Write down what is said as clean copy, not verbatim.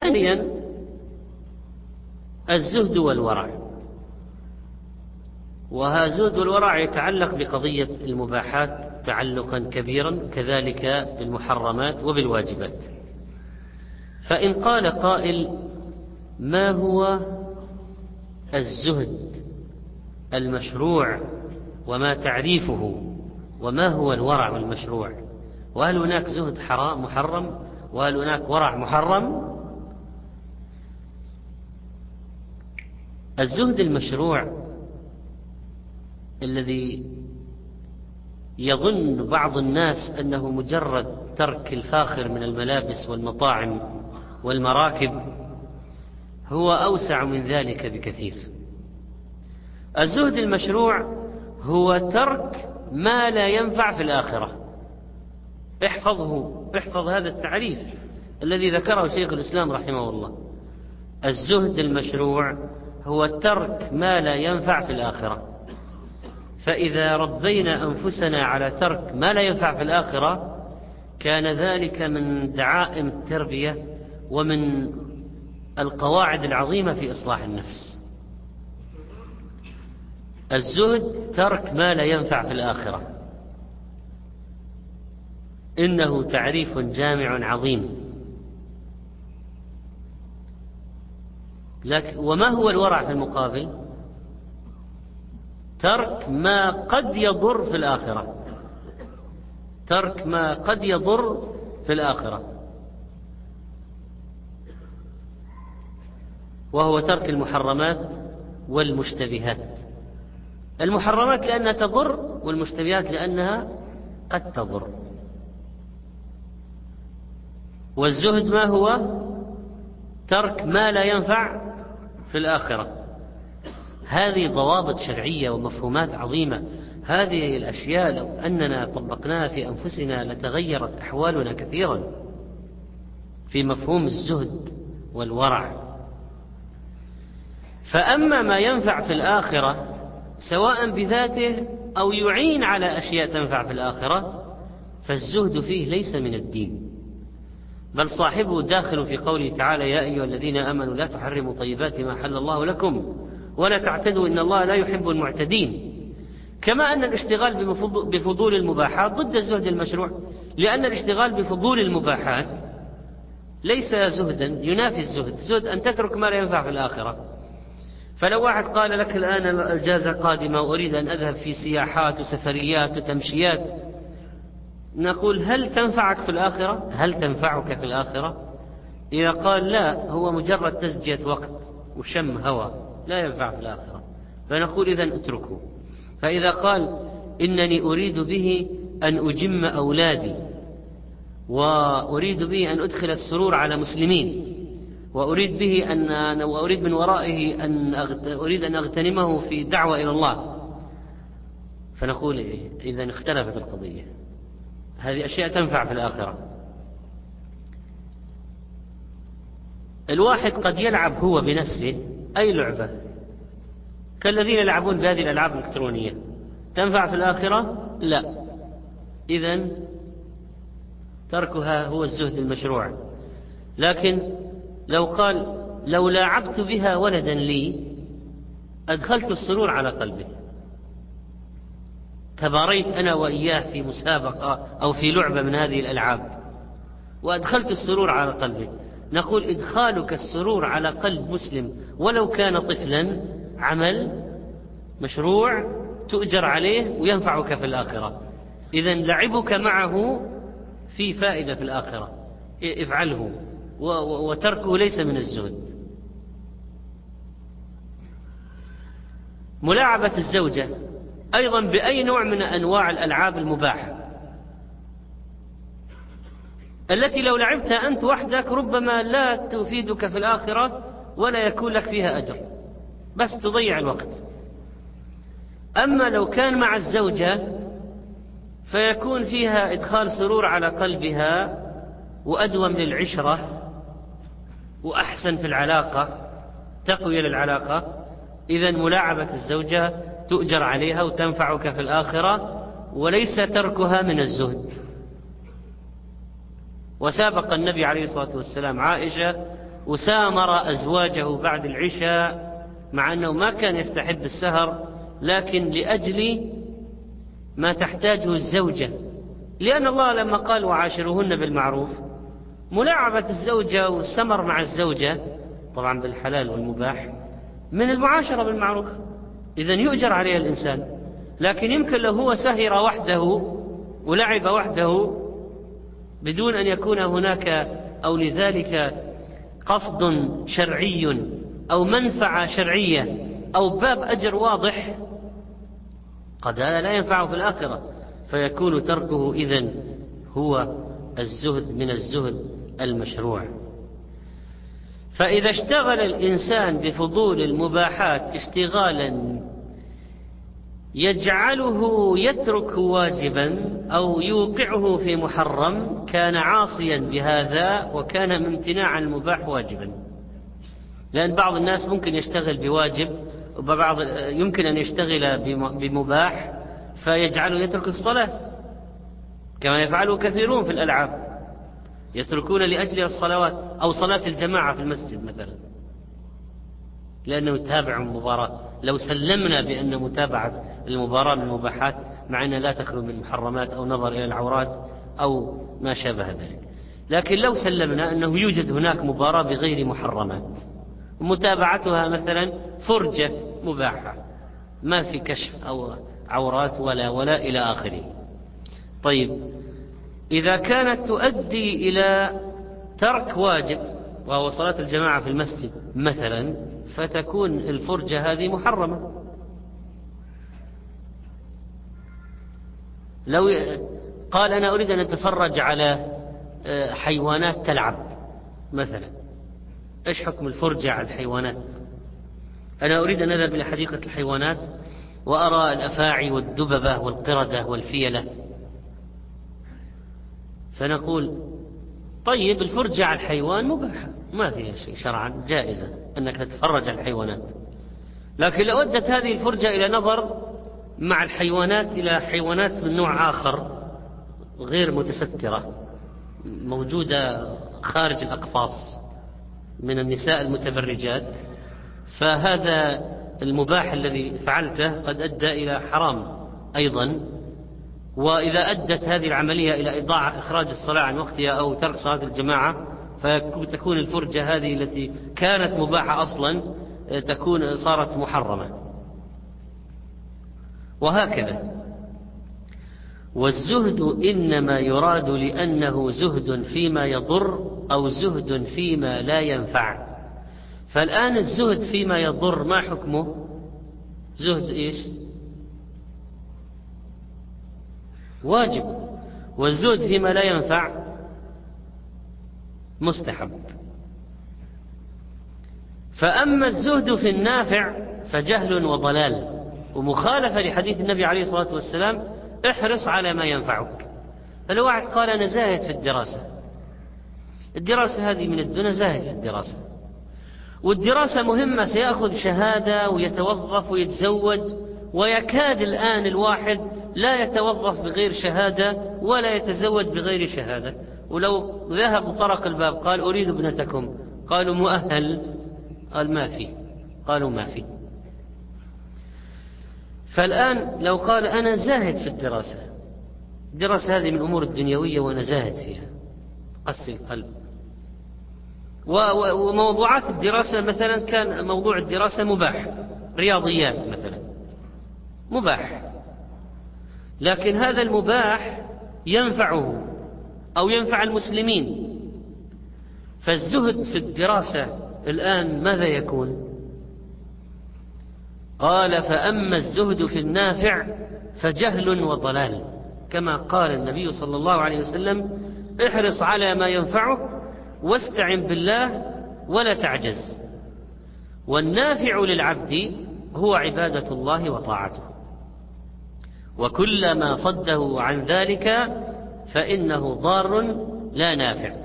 ثانيا الزهد والورع، وهذا والورع يتعلق بقضية المباحات تعلقا كبيرا، كذلك بالمحرمات وبالواجبات. فإن قال قائل: ما هو الزهد المشروع وما تعريفه، وما هو الورع المشروع، وهل هناك زهد حرام محرم، وهل هناك ورع محرم؟ الزهد المشروع الذي يظن بعض الناس أنه مجرد ترك الفاخر من الملابس والمطاعم والمراكب هو أوسع من ذلك بكثير. الزهد المشروع هو ترك ما لا ينفع في الآخرة. احفظ هذا التعريف الذي ذكره شيخ الإسلام رحمه الله. الزهد المشروع هو ترك ما لا ينفع في الآخرة. فإذا ربينا أنفسنا على ترك ما لا ينفع في الآخرة كان ذلك من دعائم التربية ومن القواعد العظيمة في إصلاح النفس. الزهد ترك ما لا ينفع في الآخرة، إنه تعريف جامع عظيم. وما هو الورع في المقابل؟ ترك ما قد يضر في الآخرة، ترك ما قد يضر في الآخرة، وهو ترك المحرمات والمشتبهات. المحرمات لأنها تضر، والمشتبهات لأنها قد تضر. والزهد ما هو؟ ترك ما لا ينفع في الآخرة. هذه ضوابط شرعية ومفهومات عظيمة. هذه الأشياء لو أننا طبقناها في أنفسنا لتغيرت أحوالنا كثيرا في مفهوم الزهد والورع. فأما ما ينفع في الآخرة سواء بذاته أو يعين على أشياء تنفع في الآخرة فالزهد فيه ليس من الدين، بل صاحبه داخل في قوله تعالى: يا أيها الذين آمنوا لا تحرموا طيبات ما حل الله لكم ولا تعتدوا إن الله لا يحب المعتدين. كما أن الاشتغال بفضول المباحات ضد الزهد المشروع، لأن الاشتغال بفضول المباحات ليس زهدا، ينافي الزهد. الزهد أن تترك ما لا ينفع في الآخرة. فلو واحد قال لك الآن الإجازة قادمة وأريد أن أذهب في سياحات وسفريات وتمشيات، نقول: هل تنفعك في الآخرة؟ هل تنفعك في الآخرة؟ إذا قال لا، هو مجرد تزجية وقت وشم هوى لا ينفع في الآخرة، فنقول: إذن اتركه. فإذا قال: إنني أريد به أن أجم أولادي، وأريد به أن أدخل السرور على مسلمين، وأريد به وأريد من ورائه أريد أن أغتنمه في دعوة إلى الله، فنقول: إذن اختلفت القضية. هذه أشياء تنفع في الآخرة. الواحد قد يلعب هو بنفسه أي لعبة، كالذين يلعبون بهذه الألعاب الإلكترونية، تنفع في الآخرة؟ لا. إذن تركها هو الزهد المشروع. لكن لو قال: لو لاعبت بها ولدا لي أدخلت السرور على قلبه، تباريت أنا وإياه في مسابقة أو في لعبة من هذه الألعاب وأدخلت السرور على قلبه، نقول: إدخالك السرور على قلب مسلم ولو كان طفلا عمل مشروع تؤجر عليه وينفعك في الآخرة. إذن لعبك معه في فائدة في الآخرة، افعله، وتركه ليس من الزهد. ملاعبة الزوجة أيضا بأي نوع من أنواع الألعاب المباحة التي لو لعبتها أنت وحدك ربما لا تفيدك في الآخرة ولا يكون لك فيها أجر، بس تضيع الوقت. أما لو كان مع الزوجة فيكون فيها إدخال سرور على قلبها وأدوم للعشرة وأحسن في العلاقة، تقوية للعلاقة. إذن ملاعبة الزوجة تؤجر عليها وتنفعك في الآخرة، وليس تركها من الزهد. وسابق النبي عليه الصلاة والسلام عائشة وسامر أزواجه بعد العشاء مع أنه ما كان يستحب السهر، لكن لأجل ما تحتاجه الزوجة، لأن الله لما قال وعاشروهن بالمعروف، ملاعبة الزوجة والسمر مع الزوجة طبعا بالحلال والمباح من المعاشرة بالمعروف، إذن يؤجر عليها الإنسان. لكن يمكن لو هو سهر وحده ولعب وحده بدون أن يكون هناك أو لذلك قصد شرعي أو منفعة شرعية أو باب أجر واضح، قد هذا لا ينفعه في الآخرة، فيكون تركه إذن هو الزهد من الزهد المشروع. فإذا اشتغل الإنسان بفضول المباحات اشتغالا يجعله يترك واجبا أو يوقعه في محرم، كان عاصيا بهذا وكان من امتناع المباح واجبا. لأن بعض الناس ممكن يشتغل بواجب، وبعض يمكن أن يشتغل بمباح فيجعله يترك الصلاة، كما يفعله كثيرون في الألعاب، يتركون لأجل الصلوات أو صلاة الجماعة في المسجد مثلا، لأنه يتابع المباراة. لو سلمنا بأن متابعة المباراة من المباحات، مع أنها لا تخلو من محرمات أو نظر إلى العورات أو ما شابه ذلك، لكن لو سلمنا أنه يوجد هناك مباراة بغير محرمات ومتابعتها مثلا فرجة مباحة ما في كشف أو عورات ولا إلى آخره. طيب، إذا كانت تؤدي إلى ترك واجب وهو صلاة الجماعة في المسجد مثلا، فتكون الفرجة هذه محرمة. لو قال أنا أريد أن أتفرج على حيوانات تلعب مثلا، إيش حكم الفرجة على الحيوانات؟ أنا أريد أن أذهب إلى حديقة الحيوانات وأرى الأفاعي والدببة والقردة والفيلة، فنقول طيب الفرجة على الحيوان مباحة ما فيها شيء شرعا، جائزة أنك تتفرج على الحيوانات. لكن لو أدت هذه الفرجة إلى نظر مع الحيوانات إلى حيوانات من نوع آخر غير متسترة موجودة خارج الأقفاص من النساء المتبرجات، فهذا المباح الذي فعلته قد أدى إلى حرام أيضا. وإذا أدت هذه العملية إلى إخراج الصلاة عن وقتها أو ترك صلاة الجماعة، فتكون الفرجة هذه التي كانت مباحة أصلا تكون صارت محرمة، وهكذا. والزهد إنما يراد لأنه زهد فيما يضر أو زهد فيما لا ينفع. فالآن الزهد فيما يضر ما حكمه؟ زهد إيش؟ واجب. والزهد فيما لا ينفع مستحب. فأما الزهد في النافع فجهل وضلال ومخالفة لحديث النبي عليه الصلاة والسلام احرص على ما ينفعك. فلو واحد قال أنا زاهد في الدراسة هذه من الدنيا، زاهد في الدراسة، والدراسة مهمة، سيأخذ شهادة ويتوظف ويتزوج، ويكاد الآن الواحد لا يتوظف بغير شهادة ولا يتزوج بغير شهادة. ولو ذهب وطرق الباب قال أريد ابنتكم، قالوا مؤهل، قال ما في، قالوا ما في. فالآن لو قال أنا زاهد في الدراسة هذه من الأمور الدنيوية وأنا زاهد فيها، قسي القلب. وموضوعات الدراسة مثلا كان موضوع الدراسة مباح، رياضيات مثلا مباح، لكن هذا المباح ينفعه أو ينفع المسلمين. فالزهد في الدراسة الآن ماذا يكون؟ قال فأما الزهد في النافع فجهل وضلال، كما قال النبي صلى الله عليه وسلم احرص على ما ينفعك واستعن بالله ولا تعجز. والنافع للعبد هو عبادة الله وطاعته، وكلما صده عن ذلك فإنه ضار لا نافع.